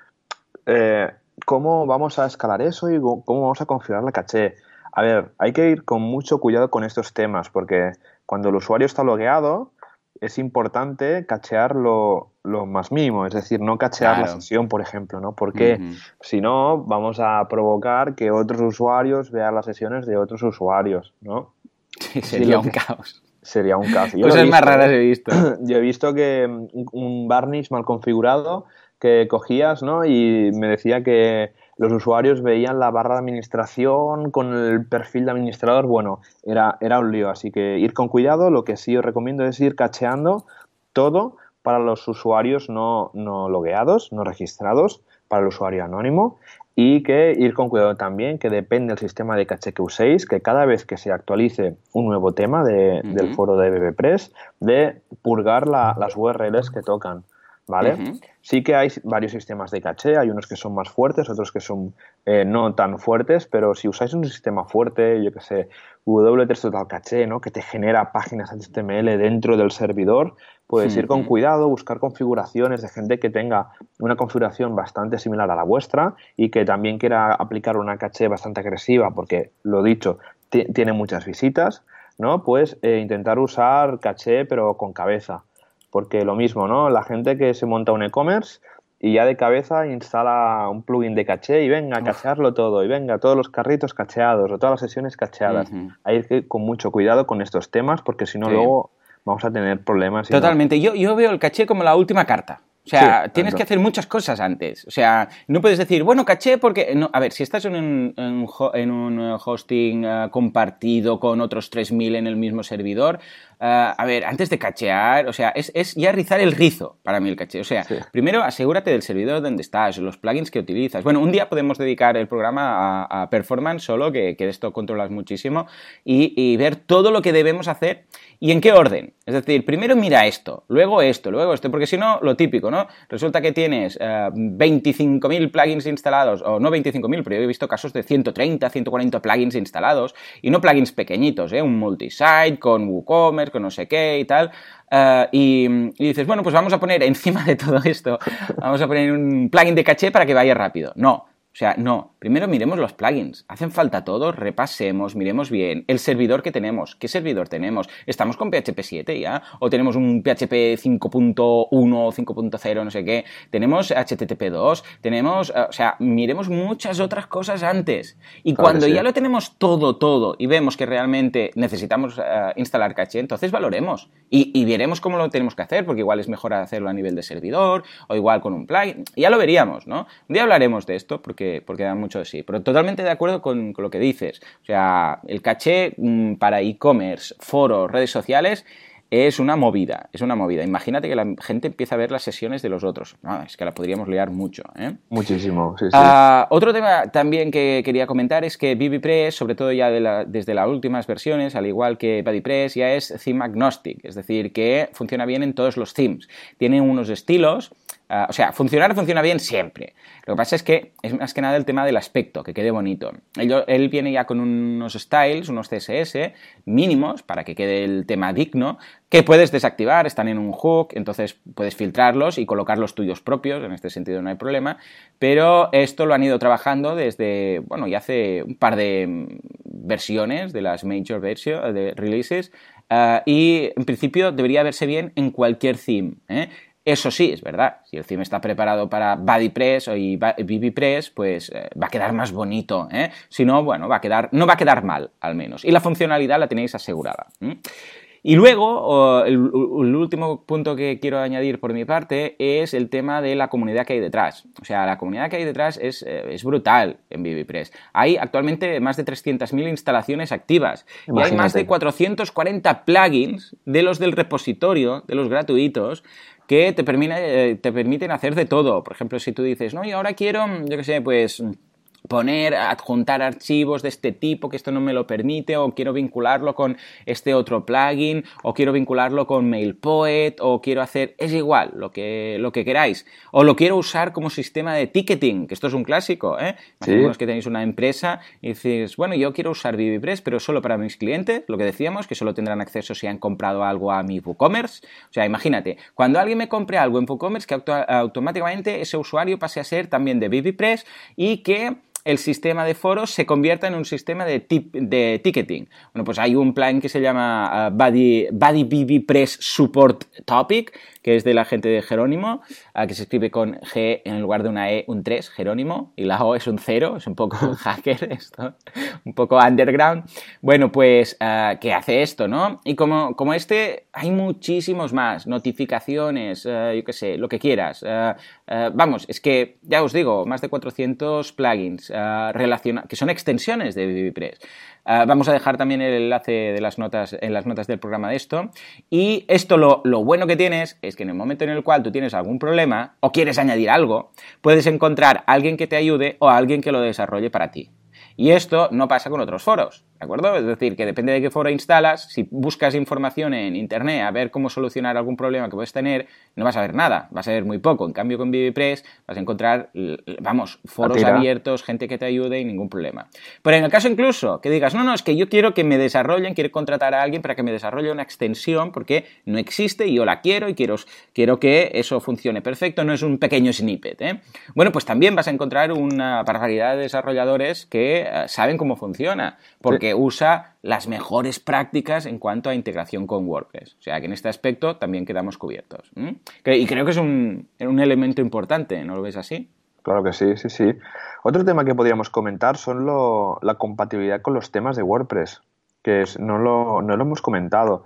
vamos a escalar eso y cómo vamos a configurar la caché? A ver, hay que ir con mucho cuidado con estos temas porque cuando el usuario está logueado es importante cachear lo más mínimo, es decir, no cachear la sesión, por ejemplo, ¿no? Porque si no, vamos a provocar que otros usuarios vean las sesiones de otros usuarios, ¿no? Sí, sería un caos. Sería un caos. Cosas más raras he visto. Yo he visto que un varnish mal configurado que cogías, ¿no? Y me decía que los usuarios veían la barra de administración con el perfil de administrador. Bueno, era un lío, así que ir con cuidado. Lo que sí os recomiendo es ir cacheando todo para los usuarios no logueados, no registrados, para el usuario anónimo, y que ir con cuidado también, que depende del sistema de caché que uséis, que cada vez que se actualice un nuevo tema del foro de BBPress, de purgar las URLs que tocan. ¿Vale? Sí que hay varios sistemas de caché, hay unos que son más fuertes, otros que son no tan fuertes, pero si usáis un sistema fuerte, yo que sé, W3 Total Caché, ¿no? Que te genera páginas HTML dentro del servidor, puedes ir con cuidado, buscar configuraciones de gente que tenga una configuración bastante similar a la vuestra y que también quiera aplicar una caché bastante agresiva, porque, lo dicho, tiene muchas visitas, ¿no? Pues intentar usar caché pero con cabeza. Porque lo mismo, ¿no? La gente que se monta un e-commerce y ya de cabeza instala un plugin de caché y venga a cachearlo todo, y venga todos los carritos cacheados o todas las sesiones cacheadas. Hay que ir con mucho cuidado con estos temas porque si no luego vamos a tener problemas. Totalmente. Yo veo el caché como la última carta. O sea, tienes que hacer muchas cosas antes. O sea, no puedes decir, bueno, caché porque... No, a ver, si estás en un hosting compartido con otros 3.000 en el mismo servidor, a ver, antes de cachear, o sea, es ya rizar el rizo para mí el caché. O sea, primero asegúrate del servidor donde estás, los plugins que utilizas. Bueno, un día podemos dedicar el programa a performance solo, que de esto controlas muchísimo, y ver todo lo que debemos hacer y en qué orden. Es decir, primero mira esto, luego esto, porque si no, lo típico, ¿no? Resulta que tienes 25.000 plugins instalados, o no 25.000, pero yo he visto casos de 130, 140 plugins instalados, y no plugins pequeñitos, un multisite con WooCommerce, con no sé qué y tal, y dices, bueno, pues vamos a poner encima de todo esto, vamos a poner un plugin de caché para que vaya rápido. No. O sea, no, primero miremos los plugins, hacen falta todos, repasemos, miremos bien el servidor que tenemos, qué servidor tenemos, ¿estamos con PHP 7 ya? ¿O tenemos un PHP 5.1, 5.0, no sé qué? ¿Tenemos HTTP 2? ¿Tenemos...? O sea, miremos muchas otras cosas antes. Y cuando ya lo tenemos todo, y vemos que realmente necesitamos instalar caché, entonces valoremos y veremos cómo lo tenemos que hacer, porque igual es mejor hacerlo a nivel de servidor, o igual con un plugin, ya lo veríamos, ¿no? Un día hablaremos de esto, porque da mucho de sí. Pero totalmente de acuerdo con lo que dices. O sea, el caché para e-commerce, foros, redes sociales es una movida. Imagínate que la gente empieza a ver las sesiones de los otros. No, es que la podríamos liar mucho, ¿eh? Muchísimo, sí. Otro tema también que quería comentar es que BBPress, sobre todo ya desde las últimas versiones, al igual que BuddyPress, ya es theme agnostic. Es decir, que funciona bien en todos los themes. Tiene unos estilos... o sea, funciona bien siempre. Lo que pasa es que es más que nada el tema del aspecto, que quede bonito. Él viene ya con unos styles, unos CSS mínimos para que quede el tema digno, que puedes desactivar, están en un hook, entonces puedes filtrarlos y colocar los tuyos propios, en este sentido no hay problema, pero esto lo han ido trabajando desde, bueno, ya hace un par de versiones de las major releases, y en principio debería verse bien en cualquier theme, ¿eh? Eso sí, es verdad, si el theme está preparado para BuddyPress o BBPress, pues va a quedar más bonito, ¿eh? Si no, bueno, no va a quedar mal, al menos. Y la funcionalidad la tenéis asegurada. Y luego, el último punto que quiero añadir por mi parte es el tema de la comunidad que hay detrás. O sea, la comunidad que hay detrás es brutal en BBPress. Hay actualmente más de 300.000 instalaciones activas. Imagínate. Y hay más de 440 plugins de los del repositorio, de los gratuitos, que te permiten hacer de todo. Por ejemplo, si tú dices, no, y ahora quiero, yo qué sé, pues adjuntar archivos de este tipo, que esto no me lo permite, o quiero vincularlo con este otro plugin, o quiero vincularlo con MailPoet, o quiero hacer, es igual, lo que queráis, o lo quiero usar como sistema de ticketing, que esto es un clásico, ¿eh? Imaginemos que tenéis una empresa y decís, bueno, yo quiero usar BBPress, pero solo para mis clientes, lo que decíamos, que solo tendrán acceso si han comprado algo a mi WooCommerce. O sea, imagínate, cuando alguien me compre algo en WooCommerce, que automáticamente ese usuario pase a ser también de BBPress y que el sistema de foros se convierta en un sistema de ticketing. Bueno, pues hay un plugin que se llama BuddyBBPress Support Topic, que es de la gente de Jerónimo, que se escribe con G en lugar de una E, un 3, Jerónimo, y la O es un 0, es un poco hacker esto, un poco underground. Bueno, pues que hace esto, ¿no? Y como este, hay muchísimos más, notificaciones, yo qué sé, lo que quieras. Vamos, es que, ya os digo, más de 400 plugins que son extensiones de BBPress. Vamos a dejar también el enlace de en las notas del programa de esto. Y esto lo bueno que tienes es que en el momento en el cual tú tienes algún problema o quieres añadir algo, puedes encontrar a alguien que te ayude o a alguien que lo desarrolle para ti. Y esto no pasa con otros foros, ¿de acuerdo? Es decir, que depende de qué foro instalas, si buscas información en internet a ver cómo solucionar algún problema que puedes tener, no vas a ver nada, vas a ver muy poco. En cambio, con BBPress vas a encontrar, vamos, foros abiertos, gente que te ayude y ningún problema. Pero en el caso incluso que digas, no, es que yo quiero que me desarrollen, quiero contratar a alguien para que me desarrolle una extensión porque no existe y yo la quiero y quiero que eso funcione perfecto, no es un pequeño snippet, ¿eh? Bueno, pues también vas a encontrar una barbaridad de desarrolladores que saben cómo funciona, porque usa las mejores prácticas en cuanto a integración con WordPress. O sea, que en este aspecto también quedamos cubiertos. Y creo que es un elemento importante, ¿no lo ves así? Claro que sí, sí, sí. Otro tema que podríamos comentar son la compatibilidad con los temas de WordPress, que no lo hemos comentado.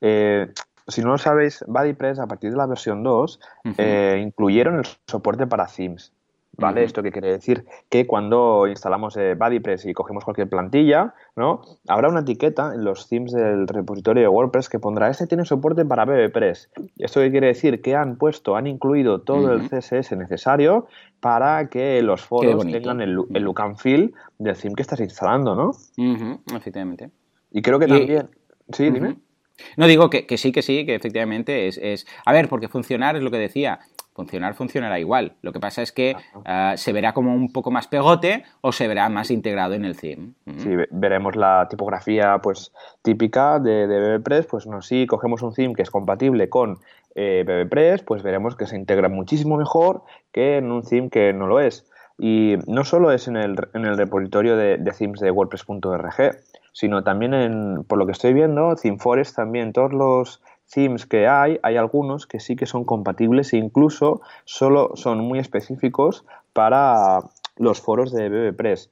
Si no lo sabéis, BuddyPress, a partir de la versión 2, incluyeron el soporte para themes. ¿Vale? ¿Esto qué quiere decir? Que cuando instalamos BuddyPress y cogemos cualquier plantilla, ¿no? Habrá una etiqueta en los themes del repositorio de WordPress que pondrá este tiene soporte para BBPress. ¿Esto qué quiere decir? Que han incluido todo el CSS necesario para que los foros tengan el look and feel del theme que estás instalando, ¿no? Efectivamente. Y creo que también... Sí, dime. No, digo que sí, que efectivamente es... A ver, porque funcionar es lo que decía... Funcionará igual. Lo que pasa es que se verá como un poco más pegote o se verá más integrado en el theme. Sí, veremos la tipografía pues típica de BBPress. Pues no, si cogemos un theme que es compatible con BBPress, pues veremos que se integra muchísimo mejor que en un theme que no lo es. Y no solo es en el repositorio de themes de WordPress.org, sino también por lo que estoy viendo, ThemeForest también, todos los themes que hay algunos que sí que son compatibles e incluso solo son muy específicos para los foros de BBPress.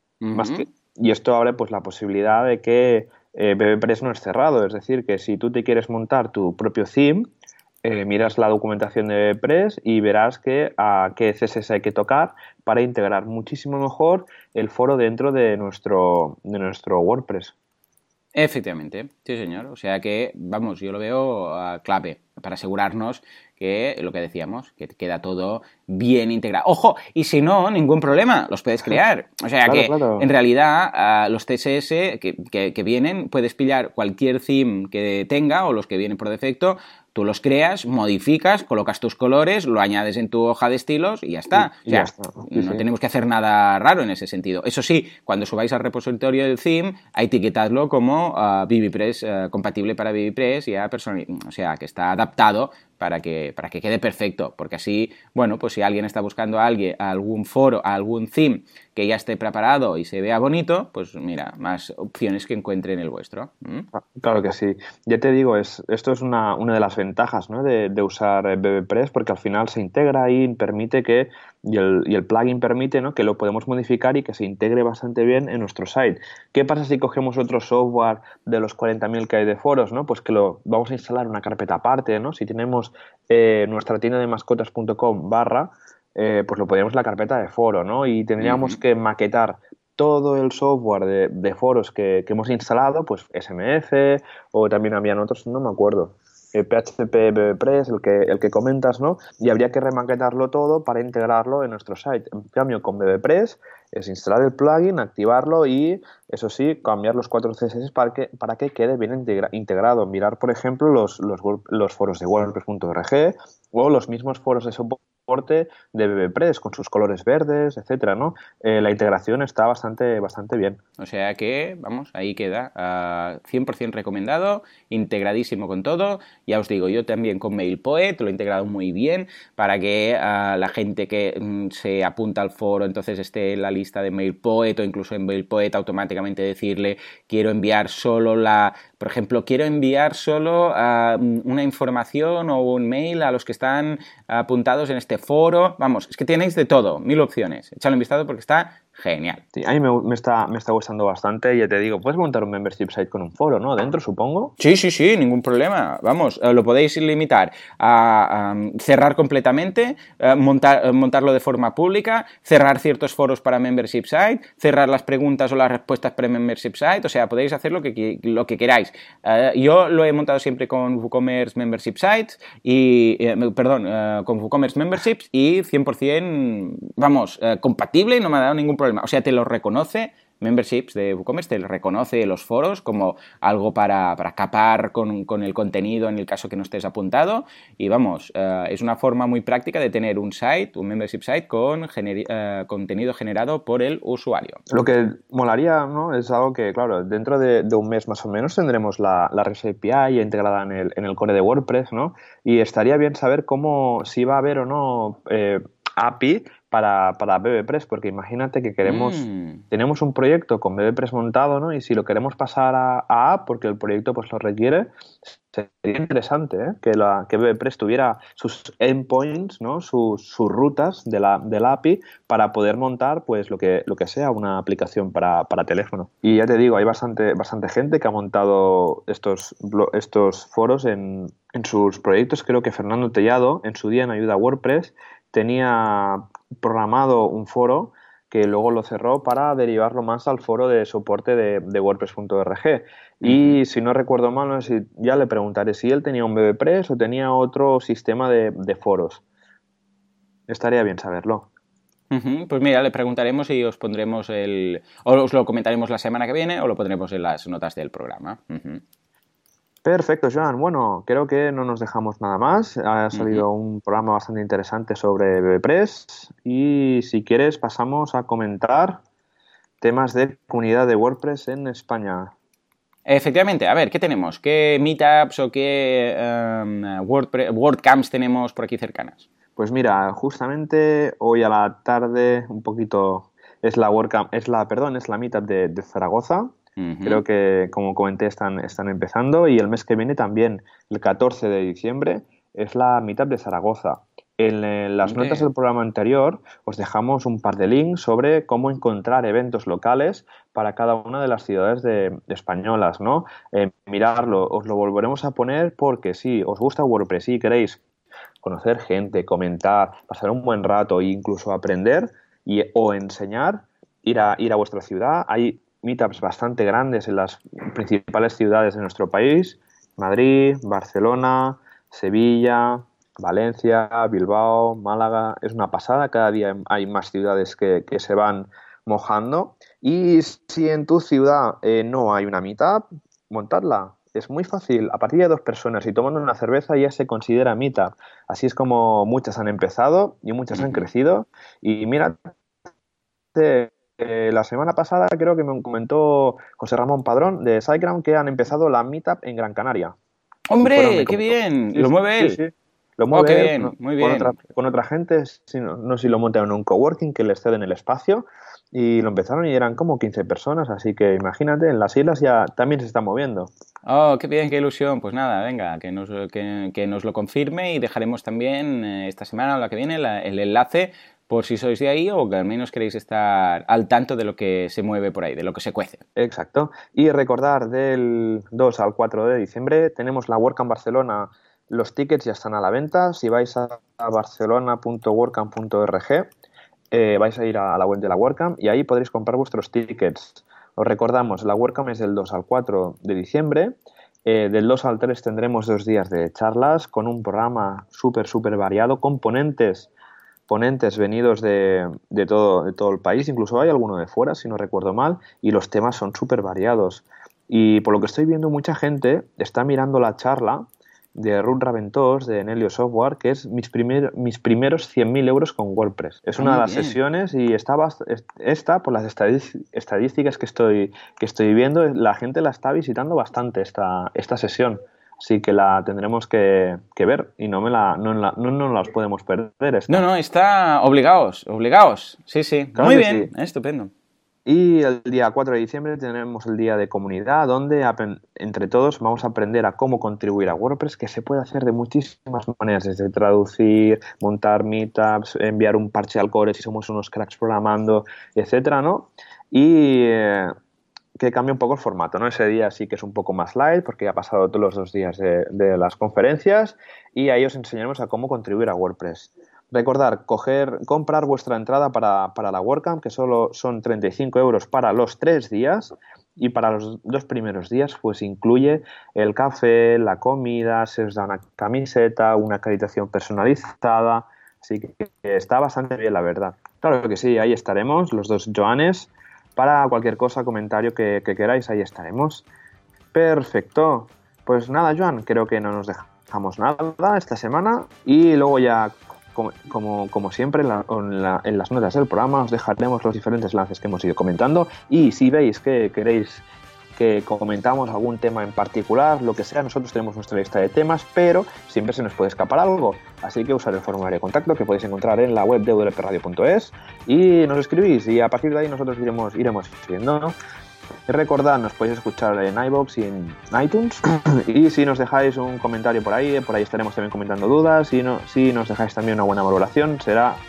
Y esto abre pues la posibilidad de que BBPress no es cerrado, es decir, que si tú te quieres montar tu propio theme, miras la documentación de BBPress y verás a qué CSS hay que tocar para integrar muchísimo mejor el foro dentro de nuestro WordPress. Efectivamente, sí señor. O sea que, vamos, yo lo veo clave para asegurarnos que lo que decíamos, que queda todo bien integrado. ¡Ojo! Y si no, ningún problema, los puedes crear. O sea claro. En realidad los CSS que vienen, puedes pillar cualquier theme que tenga o los que vienen por defecto, tú los creas, modificas, colocas tus colores, lo añades en tu hoja de estilos y ya está. O sea, no tenemos que hacer nada raro en ese sentido. Eso sí, cuando subáis al repositorio del theme, etiquetadlo como BBPress, compatible para BBPress, o sea, que está adaptado para que quede perfecto, porque así, bueno, pues si alguien está buscando algún foro, algún theme que ya esté preparado y se vea bonito, pues mira, más opciones que encuentre en el vuestro. Claro que sí. Ya te digo, esto es una de las ventajas, ¿no? de usar BBPress, porque al final se integra y permite que, y el plugin permite, ¿no? que lo podemos modificar y que se integre bastante bien en nuestro site. ¿Qué pasa si cogemos otro software de los 40.000 que hay de foros, ¿no? Pues que lo vamos a instalar una carpeta aparte, ¿no? Si tenemos nuestra tienda de mascotas.com pues lo podríamos en la carpeta de foro, ¿no? Y tendríamos que maquetar todo el software de foros que hemos instalado, pues SMF o también habían otros, no me acuerdo, PHP BBPress, el que comentas, ¿no? Y habría que remaquetarlo todo para integrarlo en nuestro site. En cambio, con BBPress es instalar el plugin, activarlo y, eso sí, cambiar los 4 CSS para que quede bien integrado. Mirar, por ejemplo, los foros de WordPress.org o los mismos foros de soporte de BBPress con sus colores verdes, etcétera, ¿no? La integración está bastante bien. O sea que, vamos, ahí queda. 100% recomendado, integradísimo con todo. Ya os digo, yo también con MailPoet lo he integrado muy bien para que la gente que se apunta al foro entonces esté en la lista de MailPoet o incluso en MailPoet automáticamente decirle quiero enviar solo por ejemplo, quiero enviar solo una información o un mail a los que están apuntados en este foro. Vamos, es que tenéis de todo, 1000 opciones. Echadle un vistazo porque está genial. Sí, a mí me está gustando bastante y ya te digo, puedes montar un membership site con un foro, ¿no? Dentro, supongo. Sí, ningún problema. Vamos, lo podéis limitar a cerrar completamente, montarlo de forma pública, cerrar ciertos foros para membership site, cerrar las preguntas o las respuestas para membership site, o sea, podéis hacer lo que queráis. Yo lo he montado siempre con WooCommerce Membership Sites y, con WooCommerce Memberships y 100%, vamos, compatible y no me ha dado ningún problema. O sea, te lo reconoce, Memberships de WooCommerce te reconoce los foros como algo para capar con el contenido en el caso que no estés apuntado y vamos, es una forma muy práctica de tener un membership site con contenido generado por el usuario. Lo que molaría, ¿no? Es algo que, claro, dentro de un mes más o menos tendremos la REST API integrada en el core de WordPress, ¿no? Y estaría bien saber si va a haber o no API para BBPress, porque imagínate que tenemos un proyecto con BBPress montado, ¿no? Y si lo queremos pasar a app, porque el proyecto pues lo requiere, sería interesante, ¿eh? Que BBPress tuviera sus endpoints, ¿no? Sus rutas de la API para poder montar pues lo que sea una aplicación para teléfono. Y ya te digo, hay bastante gente que ha montado estos foros en sus proyectos. Creo que Fernando Tellado, en su día en Ayuda a WordPress, tenía programado un foro que luego lo cerró para derivarlo más al foro de soporte de WordPress.org. Y si no recuerdo mal, no sé si ya le preguntaré si él tenía un BBPress o tenía otro sistema de foros. Estaría bien saberlo. Pues mira, le preguntaremos y os pondremos o os lo comentaremos la semana que viene o lo pondremos en las notas del programa. Perfecto, Joan. Bueno, creo que no nos dejamos nada más. Ha salido un programa bastante interesante sobre BBPress y si quieres pasamos a comentar temas de comunidad de WordPress en España. Efectivamente, a ver, ¿qué tenemos? ¿Qué meetups o qué WordCamps tenemos por aquí cercanas? Pues mira, justamente hoy a la tarde un poquito es la meetup de Zaragoza. Creo que, como comenté, están empezando y el mes que viene también, el 14 de diciembre, es la Meetup de Zaragoza. En las notas del programa anterior os dejamos un par de links sobre cómo encontrar eventos locales para cada una de las ciudades españolas, ¿no? Miradlo, os lo volveremos a poner porque si os gusta WordPress y queréis conocer gente, comentar, pasar un buen rato e incluso aprender o enseñar, ir a vuestra ciudad. Hay meetups bastante grandes en las principales ciudades de nuestro país: Madrid, Barcelona, Sevilla, Valencia, Bilbao, Málaga. Es una pasada, cada día hay más ciudades que se van mojando. Y si en tu ciudad no hay una meetup, montadla. Es muy fácil, a partir de 2 personas y tomando una cerveza ya se considera meetup. Así es como muchas han empezado y muchas han crecido. Y mira, la semana pasada creo que me comentó José Ramón Padrón de SiteGround que han empezado la meetup en Gran Canaria. ¡Hombre, qué bien! Sí, ¿Lo mueve él? Sí. Lo mueve qué bien, muy bien. con otra gente, no sé si lo montaron en un coworking que les ceden el espacio y lo empezaron y eran como 15 personas, así que imagínate, en las islas ya también se está moviendo. Oh, qué bien, qué ilusión. Pues nada, venga, que nos lo confirme y dejaremos también esta semana o la que viene el enlace por si sois de ahí o que al menos queréis estar al tanto de lo que se mueve por ahí, de lo que se cuece. Exacto. Y recordar, del 2 al 4 de diciembre tenemos la WordCamp Barcelona. Los tickets ya están a la venta. Si vais a barcelona.wordcamp.org, vais a ir a la web de la WordCamp y ahí podréis comprar vuestros tickets. Os recordamos, la WordCamp es del 2 al 4 de diciembre. Del 2 al 3 tendremos 2 días de charlas con un programa súper variado, con ponentes venidos de todo el país, incluso hay alguno de fuera, si no recuerdo mal, y los temas son súper variados. Y por lo que estoy viendo, mucha gente está mirando la charla de Ruth Raventós, de Nelio Software, que es mis primeros 100.000 euros con WordPress. Es una de las sesiones y esta, por las estadísticas que estoy viendo, la gente la está visitando bastante esta sesión. Así que la tendremos que ver y no las podemos perder. No, está obligados. Sí. Claro, muy bien, sí. Estupendo. Y el día 4 de diciembre tenemos el día de comunidad, donde entre todos vamos a aprender a cómo contribuir a WordPress, que se puede hacer de muchísimas maneras, desde traducir, montar meetups, enviar un parche al core si somos unos cracks programando, etcétera, ¿no? Y que cambia un poco el formato, ¿no? Ese día sí que es un poco más light porque ya ha pasado todos los 2 días de las conferencias y ahí os enseñaremos a cómo contribuir a WordPress. Recordar, comprar vuestra entrada para la WordCamp, que solo son 35 euros para los 3 días y para los 2 primeros días pues incluye el café, la comida, se os da una camiseta, una acreditación personalizada, así que está bastante bien, la verdad. Claro que sí, ahí estaremos, los 2 Joanes. Para cualquier cosa, comentario que queráis, ahí estaremos. Perfecto. Pues nada, Joan, creo que no nos dejamos nada esta semana. Y luego ya, como siempre, en las notas del programa os dejaremos los diferentes enlaces que hemos ido comentando. Y si veis que queréis que comentamos algún tema en particular, lo que sea, nosotros tenemos nuestra lista de temas, pero siempre se nos puede escapar algo. Así que usad el formulario de contacto que podéis encontrar en la web de wpradio.es y nos escribís y a partir de ahí nosotros iremos escribiendo, ¿no? Y recordad, nos podéis escuchar en iVoox y en iTunes y si nos dejáis un comentario por ahí estaremos también comentando dudas y si nos dejáis también una buena valoración,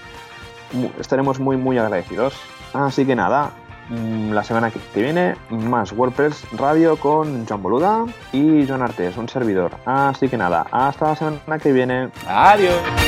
estaremos muy agradecidos. Así que nada, la semana que viene más WordPress Radio con Joan Boluda y Joan Artés, un servidor. Así que nada, hasta la semana que viene. Adiós.